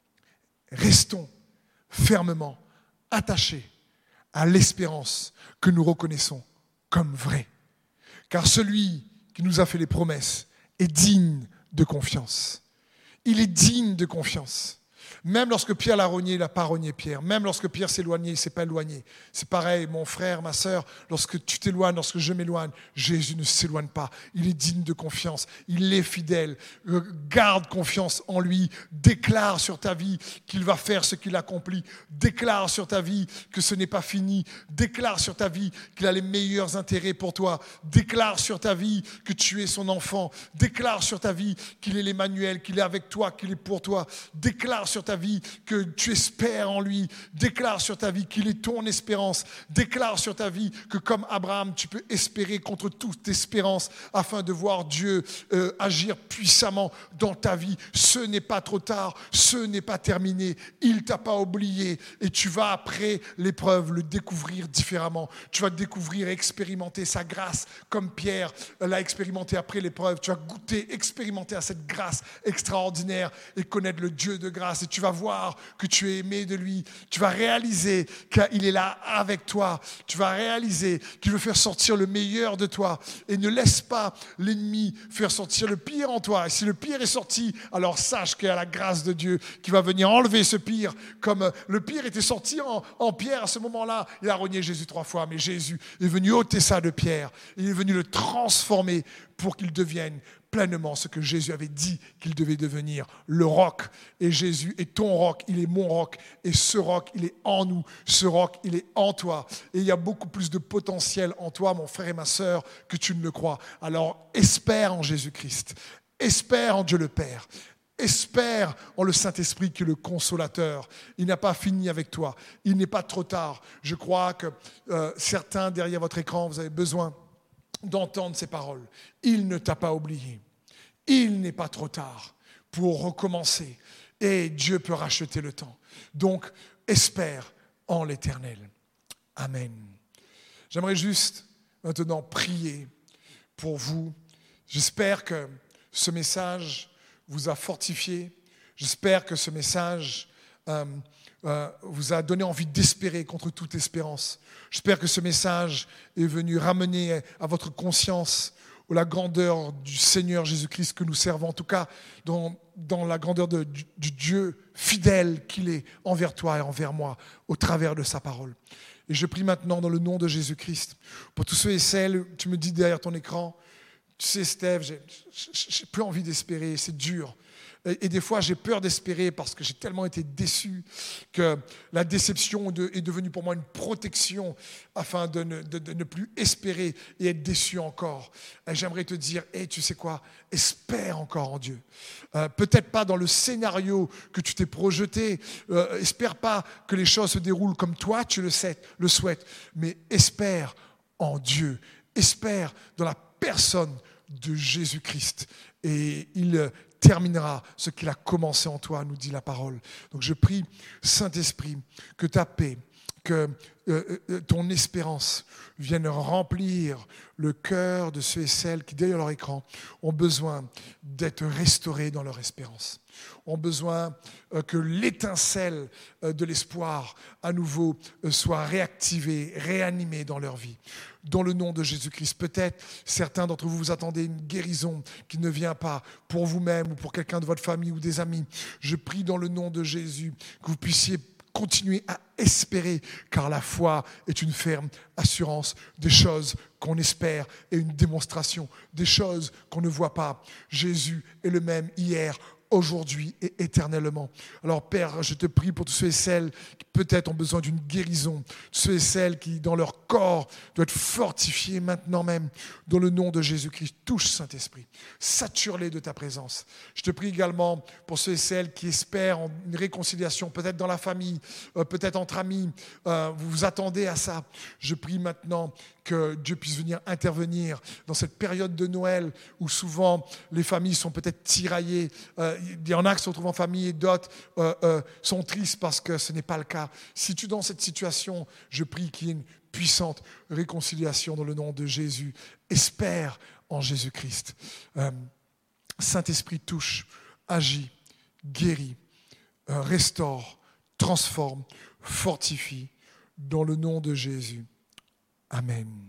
« Restons fermement attachés à l'espérance que nous reconnaissons comme vraie. Car celui qui nous a fait les promesses est digne de confiance. » Il est digne de confiance. Même lorsque Pierre l'a renié, il n'a pas renié Pierre. Même lorsque Pierre s'est éloigné, il ne s'est pas éloigné. C'est pareil, mon frère, ma sœur, lorsque tu t'éloignes, lorsque je m'éloigne, Jésus ne s'éloigne pas. Il est digne de confiance, il est fidèle. Garde confiance en lui, déclare sur ta vie qu'il va faire ce qu'il accomplit. Déclare sur ta vie que ce n'est pas fini. Déclare sur ta vie qu'il a les meilleurs intérêts pour toi. Déclare sur ta vie que tu es son enfant. Déclare sur ta vie qu'il est l'Emmanuel, qu'il est avec toi, qu'il est pour toi. Déclare sur ta vie que tu espères en lui. Déclare sur ta vie qu'il est ton espérance. Déclare sur ta vie que comme Abraham, tu peux espérer contre toute espérance afin de voir Dieu agir puissamment dans ta vie. Ce n'est pas trop tard, ce n'est pas terminé. Il ne t'a pas oublié et tu vas après l'épreuve le découvrir différemment. Tu vas découvrir et expérimenter sa grâce comme Pierre l'a expérimenté après l'épreuve. Tu vas goûter, expérimenter à cette grâce extraordinaire et connaître le Dieu de grâce. Et tu vas voir que tu es aimé de lui. Tu vas réaliser qu'il est là avec toi. Tu vas réaliser qu'il veut faire sortir le meilleur de toi. Et ne laisse pas l'ennemi faire sortir le pire en toi. Et si le pire est sorti, alors sache qu'il y a la grâce de Dieu qui va venir enlever ce pire. Comme le pire était sorti en Pierre à ce moment-là. Il a renié Jésus 3 fois, mais Jésus est venu ôter ça de Pierre. Il est venu le transformer pour qu'il devienne pleinement ce que Jésus avait dit qu'il devait devenir, le roc. Et Jésus est ton roc, il est mon roc. Et ce roc, il est en nous. Ce roc, il est en toi. Et il y a beaucoup plus de potentiel en toi, mon frère et ma sœur, que tu ne le crois. Alors, espère en Jésus-Christ. Espère en Dieu le Père. Espère en le Saint-Esprit qui est le consolateur. Il n'a pas fini avec toi. Il n'est pas trop tard. Je crois que certains derrière votre écran, vous avez besoin d'entendre ces paroles. Il ne t'a pas oublié. Il n'est pas trop tard pour recommencer. Et Dieu peut racheter le temps. Donc, espère en l'Éternel. Amen. J'aimerais juste maintenant prier pour vous. J'espère que ce message vous a fortifié. J'espère que ce message vous a donné envie d'espérer contre toute espérance. J'espère que ce message est venu ramener à votre conscience la grandeur du Seigneur Jésus-Christ que nous servons, en tout cas dans la grandeur du Dieu fidèle qu'il est envers toi et envers moi au travers de sa parole. Et je prie maintenant dans le nom de Jésus-Christ pour tous ceux et celles, tu me dis derrière ton écran, tu sais Steph, j'ai plus envie d'espérer, c'est dur. Et des fois, j'ai peur d'espérer parce que j'ai tellement été déçu que la déception est devenue pour moi une protection afin de ne plus espérer et être déçu encore. Et j'aimerais te dire, tu sais quoi, espère encore en Dieu. Peut-être pas dans le scénario que tu t'es projeté. Espère pas que les choses se déroulent comme toi tu le souhaites, mais espère en Dieu. Espère dans la personne de Jésus-Christ. Et il terminera ce qu'il a commencé en toi, nous dit la parole. Donc je prie, Saint-Esprit, que ta paix, que ton espérance vienne remplir le cœur de ceux et celles qui, derrière leur écran, ont besoin d'être restaurés dans leur espérance. Ont besoin que l'étincelle de l'espoir à nouveau soit réactivée, réanimée dans leur vie. Dans le nom de Jésus-Christ, peut-être certains d'entre vous, vous attendez une guérison qui ne vient pas pour vous-même ou pour quelqu'un de votre famille ou des amis. Je prie dans le nom de Jésus que vous puissiez continuer à espérer, car la foi est une ferme assurance des choses qu'on espère et une démonstration des choses qu'on ne voit pas. Jésus est le même hier, aujourd'hui et éternellement. Alors Père, je te prie pour tous ceux et celles qui peut-être ont besoin d'une guérison, ceux et celles qui dans leur corps doivent être fortifiés maintenant même, dans le nom de Jésus-Christ. Touche Saint-Esprit, sature-les de ta présence. Je te prie également pour ceux et celles qui espèrent en une réconciliation, peut-être dans la famille, peut-être entre amis, vous vous attendez à ça. Je prie maintenant que Dieu puisse venir intervenir dans cette période de Noël où souvent les familles sont peut-être tiraillées. Il y en a qui se retrouvent en famille et d'autres sont tristes parce que ce n'est pas le cas. Si tu es dans cette situation, je prie qu'il y ait une puissante réconciliation dans le nom de Jésus. Espère en Jésus-Christ. Saint-Esprit touche, agit, guérit, restaure, transforme, fortifie dans le nom de Jésus. Amen.